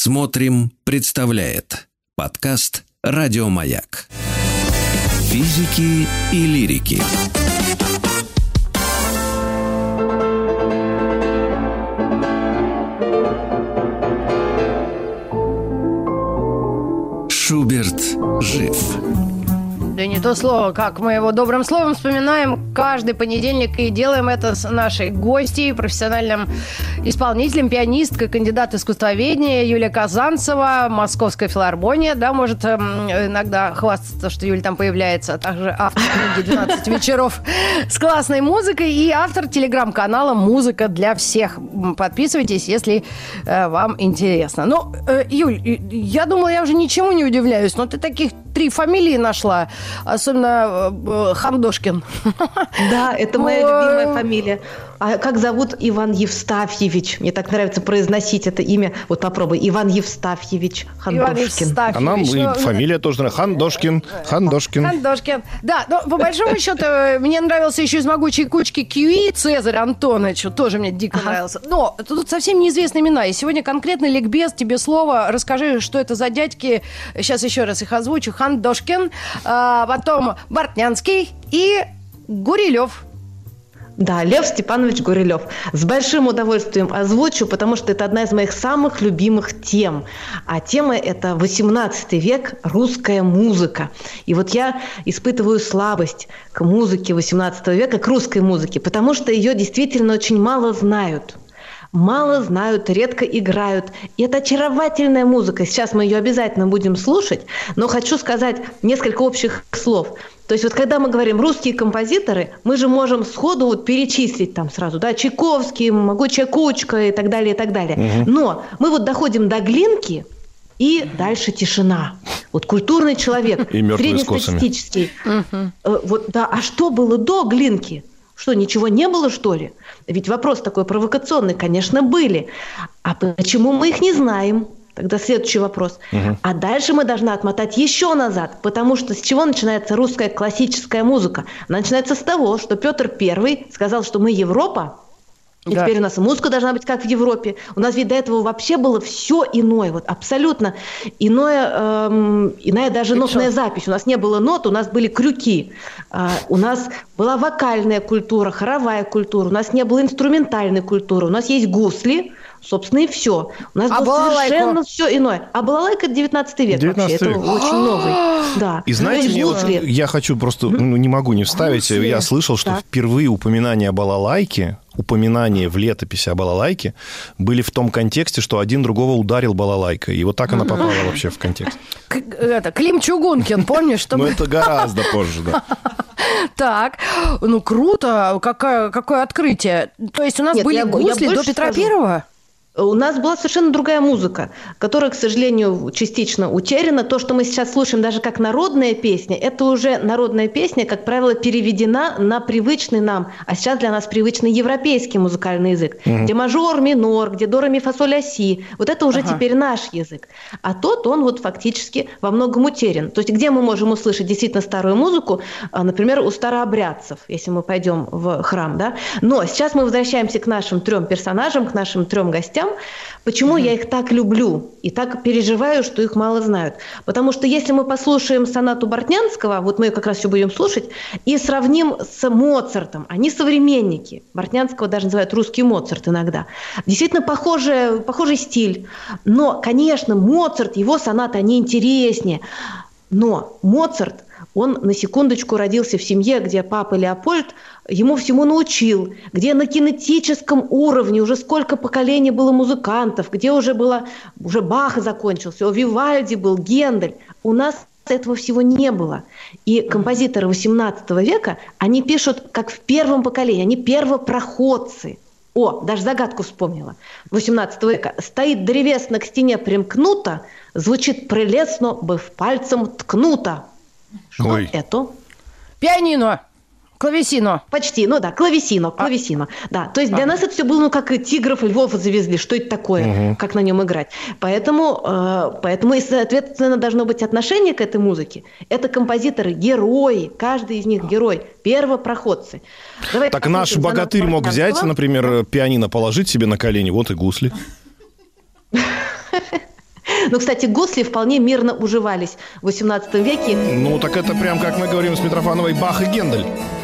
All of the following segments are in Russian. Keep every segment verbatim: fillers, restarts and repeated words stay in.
Смотрим, представляет подкаст «Радиомаяк». Физики и лирики. Шуберт жив. Да не то слово, как мы его добрым словом вспоминаем каждый понедельник и делаем это с нашей гостьей, профессиональным исполнителем, пианисткой, кандидат искусствоведения Юлия Казанцева, Московская филармония, да, может иногда хвастаться, что Юля там появляется, а также автор книги «двенадцать вечеров с классной музыкой» и автор телеграм-канала «Музыка для всех». Подписывайтесь, если э, вам интересно. Ну, э, Юль, я думала, я уже ничему не удивляюсь, но ты таких три фамилии нашла. Особенно э, Хандошкин. Да, это моя любимая фамилия. А как зовут Иван Евстафьевич? Мне так нравится произносить это имя. Вот попробуй. Иван Евстафьевич Хандошкин. А нам и фамилия тоже нравится. Хандошкин. Хандошкин. Хандошкин. Да, но по большому счету мне нравился еще из «Могучей кучки» Кьюи Цезарь Антонович. Тоже мне дико ага. нравился. Но тут совсем неизвестные имена. И сегодня конкретный ликбез, тебе слово. Расскажи, что это за дядьки. Сейчас еще раз их озвучу. Хандошкин, а потом Бортнянский и Гурилев. Да, Лев Степанович Гурилев. С большим удовольствием озвучу, потому что это одна из моих самых любимых тем. А тема – это восемнадцатый век, русская музыка. И вот я испытываю слабость к музыке восемнадцатого века, к русской музыке, потому что ее действительно очень мало знают. Мало знают, редко играют. И это очаровательная музыка. Сейчас мы ее обязательно будем слушать, но хочу сказать несколько общих слов. То есть вот когда мы говорим «русские композиторы», мы же можем сходу вот перечислить там сразу, да, Чайковский, «Могучая кучка» и так далее, и так далее. Угу. Но мы вот доходим до Глинки, и дальше тишина. Вот культурный человек, среднестатистический. Угу. Вот, да, а что было до Глинки? Что, ничего не было, что ли? Ведь вопрос такой провокационный, конечно, были. А почему мы их не знаем? Тогда следующий вопрос. Угу. А дальше мы должны отмотать еще назад, потому что с чего начинается русская классическая музыка? Она начинается с того, что Петр Первый сказал, что мы Европа, и да. теперь у нас музыка должна быть как в Европе. У нас ведь до этого вообще было все иное, вот абсолютно иное, эм, иная даже и нотная что? запись. У нас не было нот, у нас были крюки. Э, у нас была вокальная культура, хоровая культура. У нас не было инструментальной культуры. У нас есть гусли. Собственно, и все. У нас а было совершенно все иное. А балалайка – это девятнадцатый век девятнадцатый вообще. век. Это очень новый. Да. И знаете, мне вот, я хочу просто, ну, не могу не вставить. Гусли. Я слышал, что да. впервые упоминания о балалайке, упоминания в летописи о балалайке были в том контексте, что один другого ударил балалайкой. И вот так она попала вообще в контекст. Это Клим Чугункин, помнишь? Ну, это гораздо позже, да. Так, ну круто, какое, какое открытие. То есть у нас Нет, были я, гусли я до Петра скажу. Первого? У нас была совершенно другая музыка, которая, к сожалению, частично утеряна. То, что мы сейчас слушаем даже как народная песня, это уже народная песня, как правило, переведена на привычный нам, а сейчас для нас привычный европейский музыкальный язык, угу. где мажор, минор, где до, ре, ми, фа, соль, ля, си. Вот это уже ага. теперь наш язык. А тот, он вот фактически во многом утерян. То есть где мы можем услышать действительно старую музыку, например, у старообрядцев, если мы пойдем в храм, да. Но сейчас мы возвращаемся к нашим трем персонажам, к нашим трем гостям. Почему mm-hmm. я их так люблю и так переживаю, что их мало знают? Потому что если мы послушаем сонату Бортнянского, вот мы ее как раз все будем слушать, и сравним с Моцартом, они современники. Бортнянского даже называют русский Моцарт иногда. Действительно похожий, похожий стиль. Но, конечно, Моцарт, его сонаты, они интереснее. Но Моцарт, он на секундочку родился в семье, где папа Леопольд ему всему научил, где на кинетическом уровне уже сколько поколений было музыкантов, где уже, было, уже Бах закончился, у Вивальди был, Гендель. У нас этого всего не было. И композиторы восемнадцатого века, они пишут как в первом поколении, они первопроходцы. О, даже загадку вспомнила. восемнадцатого века. Стоит древесно к стене примкнуто, звучит прелестно, быв пальцем ткнуто. Что Ой. это? Пианино. Клавесино. Почти, ну да, клавесино, клавесино. А. Да, то есть для а. нас это все было, ну, как и тигров и львов завезли, что это такое, угу. как на нем играть. Поэтому, э, поэтому и, соответственно, должно быть отношение к этой музыке. Это композиторы, герои, каждый из них герой, первопроходцы. Давайте так наш богатырь мог взять, например, пианино, положить себе на колени, вот и гусли. Ну, кстати, гусли вполне мирно уживались в восемнадцатом веке. Ну, так это прям, как мы говорим с Митрофановой, Бах и Гендель.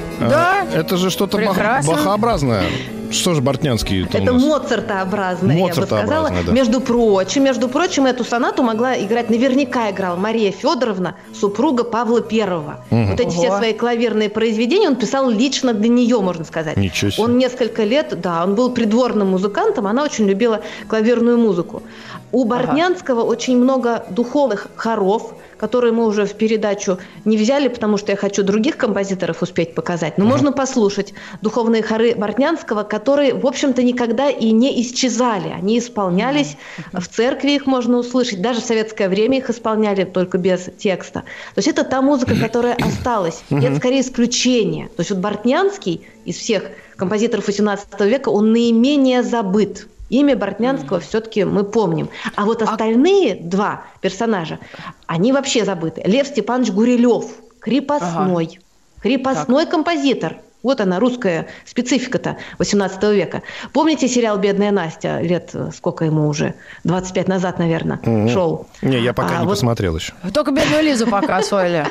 Да. Это же что-то бах, бахообразное. Что же Бортнянский? Это моцартообразное, я бы сказала. Да. Между прочим, между прочим, эту сонату могла играть, наверняка играла Мария Федоровна, супруга Павла Первого. Угу. Вот эти Ого. все свои клавирные произведения он писал лично для нее, можно сказать. Ничего себе. Он несколько лет, да, он был придворным музыкантом, она очень любила клавирную музыку. У Бортнянского ага. очень много духовных хоров, которые мы уже в передачу не взяли, потому что я хочу других композиторов успеть показать. Но uh-huh. можно послушать духовные хоры Бортнянского, которые, в общем-то, никогда и не исчезали. Они исполнялись, uh-huh. в церкви их можно услышать. Даже в советское время их исполняли, только без текста. То есть это та музыка, которая осталась. Uh-huh. И это скорее исключение. То есть вот Бортнянский из всех композиторов восемнадцатого века, он наименее забыт. Имя Бортнянского mm-hmm. все-таки мы помним. А вот остальные а... два персонажа, они вообще забыты. Лев Степанович Гурилев, крепостной. Ага. Крепостной так. композитор. Вот она, русская специфика-то восемнадцатого века. Помните сериал «Бедная Настя»? Лет сколько ему уже? двадцать пять назад, наверное, угу. шел. Не, я пока а, не вот... посмотрел еще. Только «Бедную Лизу» пока освоили.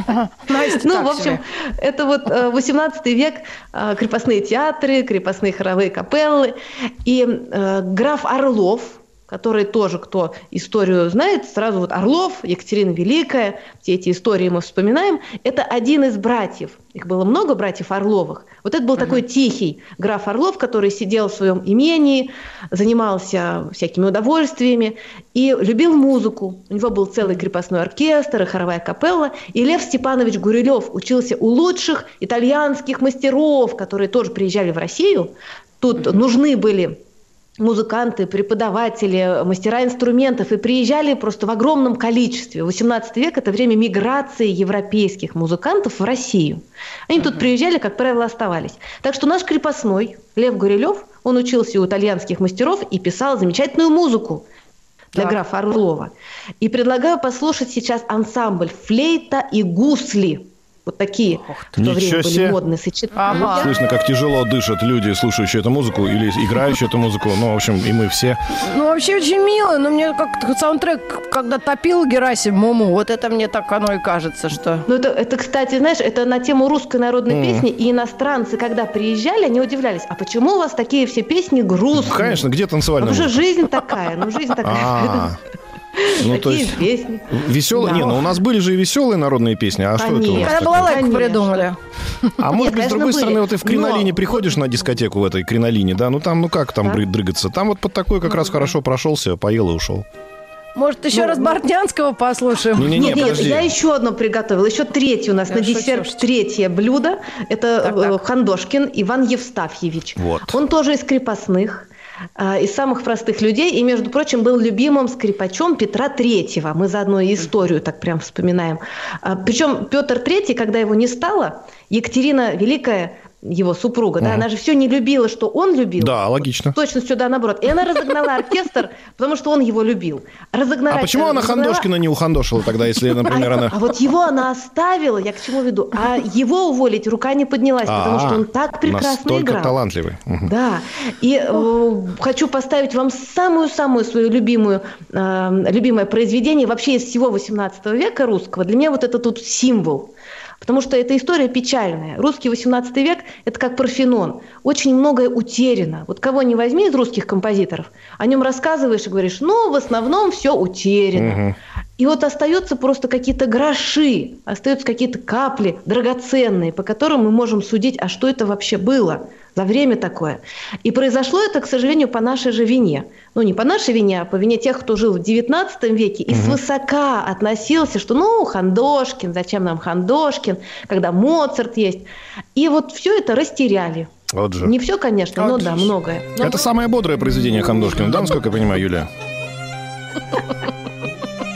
Ну, в общем, это вот восемнадцатый век, крепостные театры, крепостные хоровые капеллы. И граф Орлов, который тоже, кто историю знает, сразу вот Орлов, Екатерина Великая, все эти истории мы вспоминаем, это один из братьев. Их было много братьев Орловых. Вот это был uh-huh. такой тихий граф Орлов, который сидел в своем имении, занимался всякими удовольствиями и любил музыку. У него был целый крепостной оркестр и хоровая капелла. И Лев Степанович Гурилев учился у лучших итальянских мастеров, которые тоже приезжали в Россию. Тут uh-huh. нужны были музыканты, преподаватели, мастера инструментов, и приезжали просто в огромном количестве. восемнадцатый век – это время миграции европейских музыкантов в Россию. Они uh-huh. тут приезжали, как правило, оставались. Так что наш крепостной Лев Гурилев, он учился у итальянских мастеров и писал замечательную музыку для так. графа Орлова. И предлагаю послушать сейчас ансамбль «Флейта и гусли». Вот такие в то время были модные сочетания. Ага. Слышно, как тяжело дышат люди, слушающие эту музыку или играющие эту музыку. Ну, в общем, и мы все. Ну, вообще очень мило. Но мне как-то саундтрек, когда топил Герасим Муму, вот это мне так оно и кажется, что... Ну, это, это кстати, знаешь, это на тему русской народной mm. песни. И иностранцы, когда приезжали, они удивлялись. А почему у вас такие все песни грустные? Конечно, где танцевальная музыка? Потому что жизнь такая. Ну, жизнь такая. Ну, то есть песни. Веселые. Да. Не, ну у нас были же и веселые народные песни. А конечно. Что это? Когда балалайку придумали. А может быть, с другой стороны, вот ты в кринолине приходишь на дискотеку в этой кринолине, да, ну там, ну как там дрыгаться? Там вот под такой как раз хорошо прошелся, поел и ушел. Может, еще ну, раз Бортнянского послушаем? Не, не, не, нет, нет, я еще одно приготовила. Еще третье у нас я на десерт. Шучу. Третье блюдо. Это так, так. Хандошкин Иван Евстафьевич. Вот. Он тоже из крепостных. Из самых простых людей, и, между прочим, был любимым скрипачом Петра Третьего. Мы заодно и историю так прям вспоминаем. Причем Петр Третий, когда его не стало, Екатерина Великая, его супруга, угу. да, она же все не любила, что он любил. Да, логично. Точно сюда наоборот. И она разогнала оркестр, потому что он его любил. Разогнала, а почему она разогнала... Хандошкина не ухандошила тогда, если, например, а, она... А вот его она оставила, я к чему веду, а его уволить рука не поднялась, потому что он так прекрасно играл. Настолько талантливый. Да. И э, хочу поставить вам самую-самую свою любимую, э, любимое произведение вообще из всего восемнадцатого века русского. Для меня вот это тут символ. Потому что эта история печальная. Русский восемнадцатый век – это как Парфенон. Очень многое утеряно. Вот кого не возьми из русских композиторов, о нем рассказываешь и говоришь, ну, в основном все утеряно. Угу. И вот остаются просто какие-то гроши, остаются какие-то капли драгоценные, по которым мы можем судить, а что это вообще было за время такое. И произошло это, к сожалению, по нашей же вине. Ну, не по нашей вине, а по вине тех, кто жил в девятнадцатом веке и угу. свысока относился, что, ну, Хандошкин, зачем нам Хандошкин, когда Моцарт есть. И вот все это растеряли. Вот же. Не все, конечно, вот но да, многое. Но... Это самое бодрое произведение Хандошкина, да, насколько я понимаю, Юлия?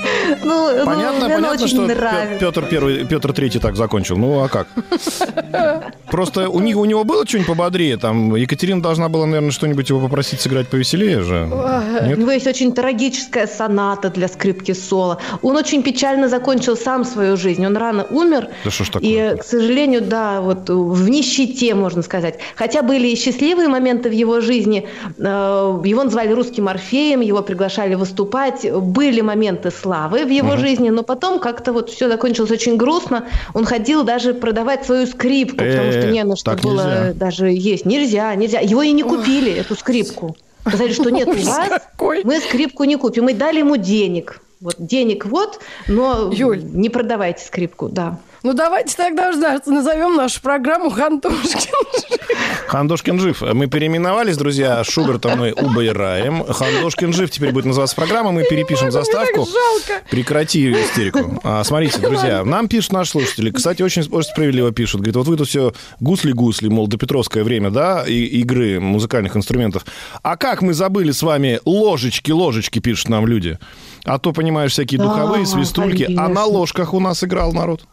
Ну, понятно, ну, понятно, что нравится. Петр Первый, Петр Третий так закончил. Ну, а как? Просто у него, у него было что-нибудь пободрее. Там Екатерина должна была, наверное, что-нибудь его попросить сыграть повеселее же. Нет? У него есть очень трагическая соната для скрипки соло. Он очень печально закончил сам свою жизнь. Он рано умер. Да что ж такое? И, к сожалению, да, вот в нищете, можно сказать. Хотя были и счастливые моменты в его жизни. Его называли русским Орфеем, его приглашали выступать. Были моменты славы в его угу. жизни, но потом как-то вот все закончилось очень грустно. Он ходил даже продавать свою скрипку, потому что не на что было даже есть. Нельзя, нельзя. Его и не купили, эту скрипку. Сказали, что нет, у вас мы скрипку не купим. Мы дали ему денег. Вот денег вот, но Юль, не продавайте скрипку, да. Ну, давайте тогда уже назовем нашу программу «Хандошкин жив». «Хандошкин жив». Мы переименовались, друзья. Шуберта мы убираем. «Хандошкин жив» теперь будет называться программа. Мы перепишем заставку. Прекрати истерику. А, смотрите, друзья, нам пишут наши слушатели. Кстати, очень, очень справедливо пишут. Говорит, вот вы тут все гусли-гусли, мол, допетровское время, да, и игры музыкальных инструментов. А как мы забыли с вами ложечки-ложечки, пишут нам люди. А то, понимаешь, всякие да, духовые свистульки. Конечно. А на ложках у нас играл народ.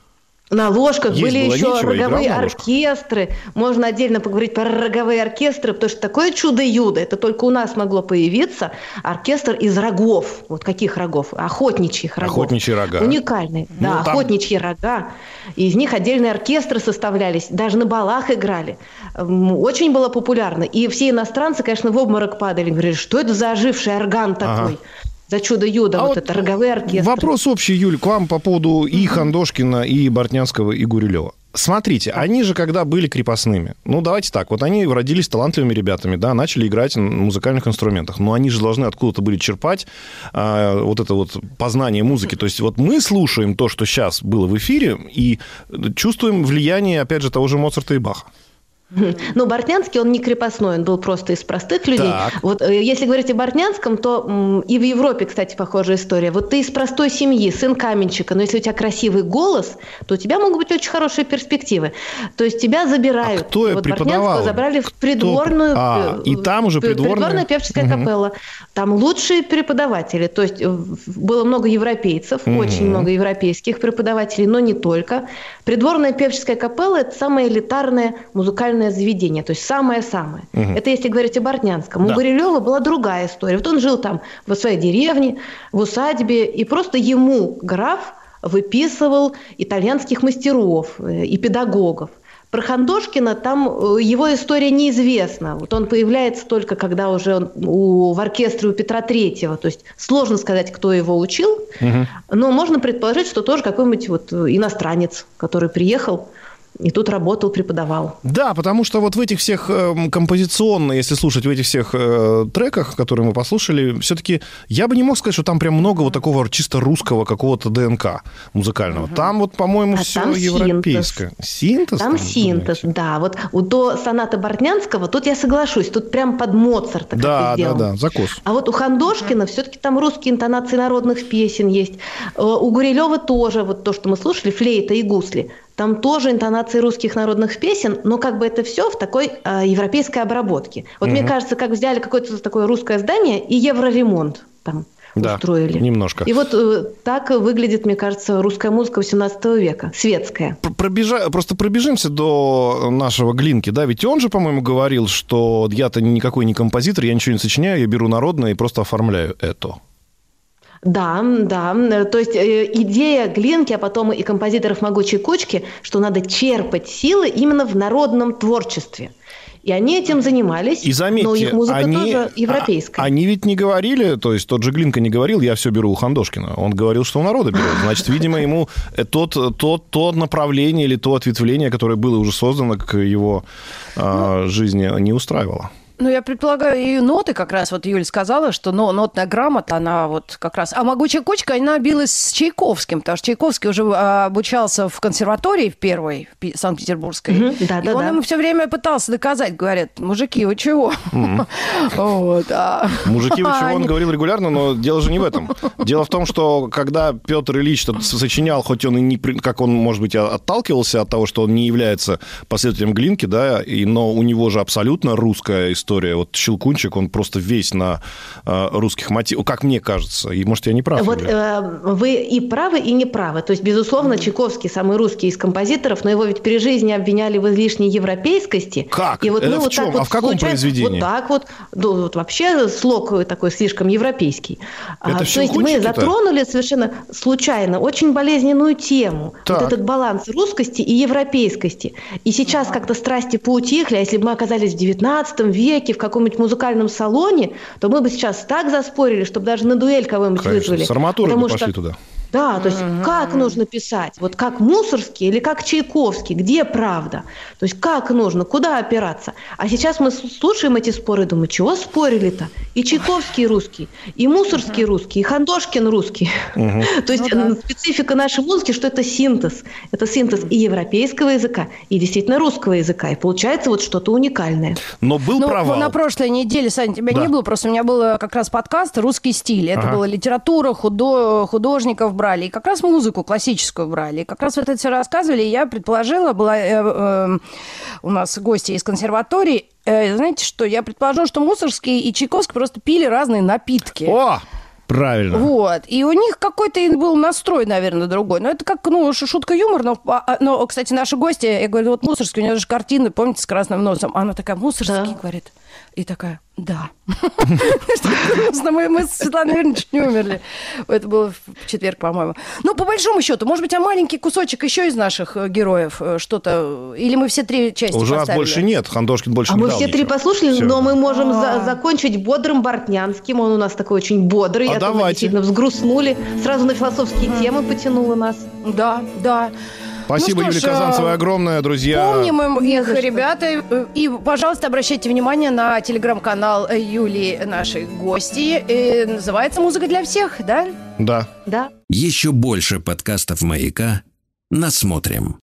На ложках Есть были еще нечего, роговые оркестры. Можно отдельно поговорить про роговые оркестры, потому что такое чудо-юдо, это только у нас могло появиться. Оркестр из рогов. Вот каких рогов? Охотничьих рогов. Охотничьи рога. Уникальные. Ну, да, там... охотничьи рога. Из них отдельные оркестры составлялись. Даже на балах играли. Очень было популярно. И все иностранцы, конечно, в обморок падали. Говорили, что это за оживший орган такой? Ага. За чудо-юдо, а вот, вот это роговые оркестры. Вопрос общий, Юль, к вам по поводу и Хандошкина, и Бортнянского, и Гурилева. Смотрите, они же когда были крепостными, ну, давайте так, вот они родились талантливыми ребятами, да, начали играть на музыкальных инструментах, но они же должны откуда-то были черпать а, вот это вот познание музыки. То есть вот мы слушаем то, что сейчас было в эфире, и чувствуем влияние, опять же, того же Моцарта и Баха. Но Бортнянский, он не крепостной, он был просто из простых людей. Так. Вот если говорить о Бортнянском, то и в Европе, кстати, похожая история. Вот ты из простой семьи, сын каменщика, но если у тебя красивый голос, то у тебя могут быть очень хорошие перспективы. То есть тебя забирают. А кто вот преподавал? Бортнянского забрали в придворную... А, и там уже придворная... Придворная певческая угу. капелла. Там лучшие преподаватели. То есть было много европейцев, угу. очень много европейских преподавателей, но не только. Придворная певческая капелла – это самое элитарное музыкальное заведение, то есть самое-самое. Угу. Это если говорить о Бортнянском. Да. У Гурилева была другая история. Вот он жил там в своей деревне, в усадьбе, и просто ему граф выписывал итальянских мастеров и педагогов. Про Хандошкина там его история неизвестна. Вот он появляется только когда уже он у, в оркестре у Петра Третьего. То есть сложно сказать, кто его учил, угу. но можно предположить, что тоже какой-нибудь вот иностранец, который приехал и тут работал, преподавал. Да, потому что вот в этих всех э, композиционно, если слушать в этих всех э, треках, которые мы послушали, все-таки я бы не мог сказать, что там прям много вот такого чисто русского какого-то ДНК музыкального. Угу. Там вот, по-моему, а все европейское. Синтез? Там, там синтез, думаете? Да. Вот до соната Бортнянского, тут я соглашусь, тут прям под Моцарта да, как-то сделано. Да, да, закос. А вот у Хандошкина угу. все-таки там русские интонации народных песен есть. У Гурилева тоже, вот то, что мы слушали, флейта и гусли. Там тоже интонации русских народных песен, но как бы это все в такой э, европейской обработке. Вот угу. мне кажется, как взяли какое-то такое русское здание и евроремонт там да, устроили. Немножко. И вот э, так выглядит, мне кажется, русская музыка восемнадцатого века, светская. Пробежа... Просто пробежимся до нашего Глинки, да? Ведь он же, по-моему, говорил, что я-то никакой не композитор, я ничего не сочиняю, я беру народное и просто оформляю это. Да, да. То есть э, идея Глинки, а потом и композиторов «Могучей кучки», что надо черпать силы именно в народном творчестве. И они этим занимались, и заметьте, но их музыка они, тоже европейская. А, они ведь не говорили, то есть тот же Глинка не говорил, я все беру у Хандошкина. Он говорил, что у народа берет. Значит, видимо, ему тот, тот, то направление или то ответвление, которое было уже создано к его а, жизни, не устраивало. Ну, я предполагаю, и ноты как раз, вот Юля сказала, что но, нотная грамота, она вот как раз... А «Могучая кучка», она билась с Чайковским, потому что Чайковский уже обучался в консерватории в первой, в Санкт-Петербургской. Mm-hmm. Да, и да, он да. ему все время пытался доказать, говорят, мужики, вы чего? Mm-hmm. вот, а... Мужики, вы чего? Он говорил регулярно, но дело же не в этом. Дело в том, что когда Петр Ильич сочинял, хоть он и не... Как он, может быть, отталкивался от того, что он не является последователем Глинки, да, и, но у него же абсолютно русская история. история. Вот «Щелкунчик», он просто весь на э, русских мотивах, как мне кажется. И, может, я не прав. Вот э, вы и правы, и не правы. То есть, безусловно, mm-hmm. Чайковский самый русский из композиторов, но его ведь при жизни обвиняли в излишней европейскости. Как? И вот Это мы в вот чем? так вот А в каком случайно, произведении? Вот так вот, ну, вот вообще слог такой слишком европейский. Это а, то есть мы затронули совершенно случайно очень болезненную тему. Так. Вот этот баланс русскости и европейскости. И сейчас как-то страсти поутихли, а если бы мы оказались в девятнадцатом веке в каком-нибудь музыкальном салоне, то мы бы сейчас так заспорили, чтобы даже на дуэль кого-нибудь Конечно. вызвали. С арматурой бы пошли что... туда. Да, то есть mm-hmm. как нужно писать? Вот как Мусорский или как Чайковский? Где правда? То есть как нужно? Куда опираться? А сейчас мы слушаем эти споры и думаем, чего спорили-то? И Чайковский русский, и Мусорский mm-hmm. русский, и Хандошкин русский. Mm-hmm. То есть ну, да. специфика нашей музыки, что это синтез. Это синтез и европейского языка, и действительно русского языка. И получается вот что-то уникальное. Но был ну, провал. На прошлой неделе, Саня, тебя да. не было, просто у меня был как раз подкаст «Русский стиль». Это ага. была литература, худо... художников брали, и как раз музыку классическую брали. И как раз вот это все рассказывали, и я предположила, была э, э, у нас гости из консерватории, э, знаете что, я предположила, что Мусорский и Чайковский просто пили разные напитки. О! Правильно. Вот. И у них какой-то был настрой, наверное, другой. Но это как, ну, шутка юмор. Но, но, кстати, наши гости, я говорю, вот Мусорский, у него же картины, помните, с красным носом. Она такая, Мусорский, да. говорит. И такая, да. Мы с Светланой Юрьевной чуть не умерли. Это было в четверг, по-моему. Ну, по большому счету, может быть, а маленький кусочек еще из наших героев что-то... Или мы все три части Уже поставили? нас больше нет, Хандошкин больше а не дал дал А мы все ничего. три послушали, Все. но мы можем за- закончить бодрым Бортнянским. Он у нас такой очень бодрый. А Это давайте. мы действительно взгрустнули. Сразу на философские mm. темы потянуло нас. Да, да. Спасибо, ну, Юлия ж, Казанцева, огромное, друзья. Помним их, ребята. И, пожалуйста, обращайте внимание на телеграм-канал Юлии, нашей гости. И называется «Музыка для всех», да? Да. Да. Еще больше подкастов «Маяка» насмотрим.